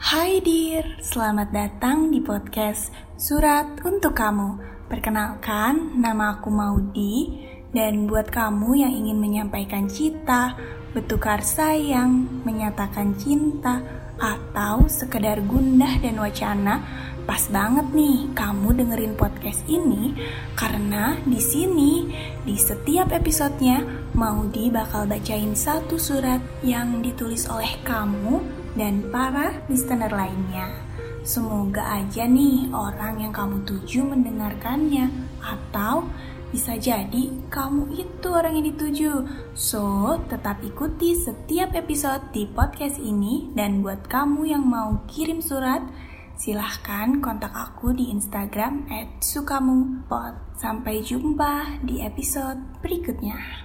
Hai dear, selamat datang di podcast Surat Untuk Kamu. Perkenalkan, nama aku Maudi. Dan buat kamu yang ingin menyampaikan cita, bertukar sayang, menyatakan cinta, atau sekedar gundah dan wacana, pas banget nih kamu dengerin podcast ini. Karena di sini, di setiap episodenya, Maudi bakal bacain satu surat yang ditulis oleh kamu dan para listener lainnya. Semoga aja nih orang yang kamu tuju mendengarkannya, atau bisa jadi kamu itu orang yang dituju. So, tetap ikuti setiap episode di podcast ini. Dan buat kamu yang mau kirim surat, silahkan kontak aku di Instagram @sukamupod. Sampai jumpa di episode berikutnya.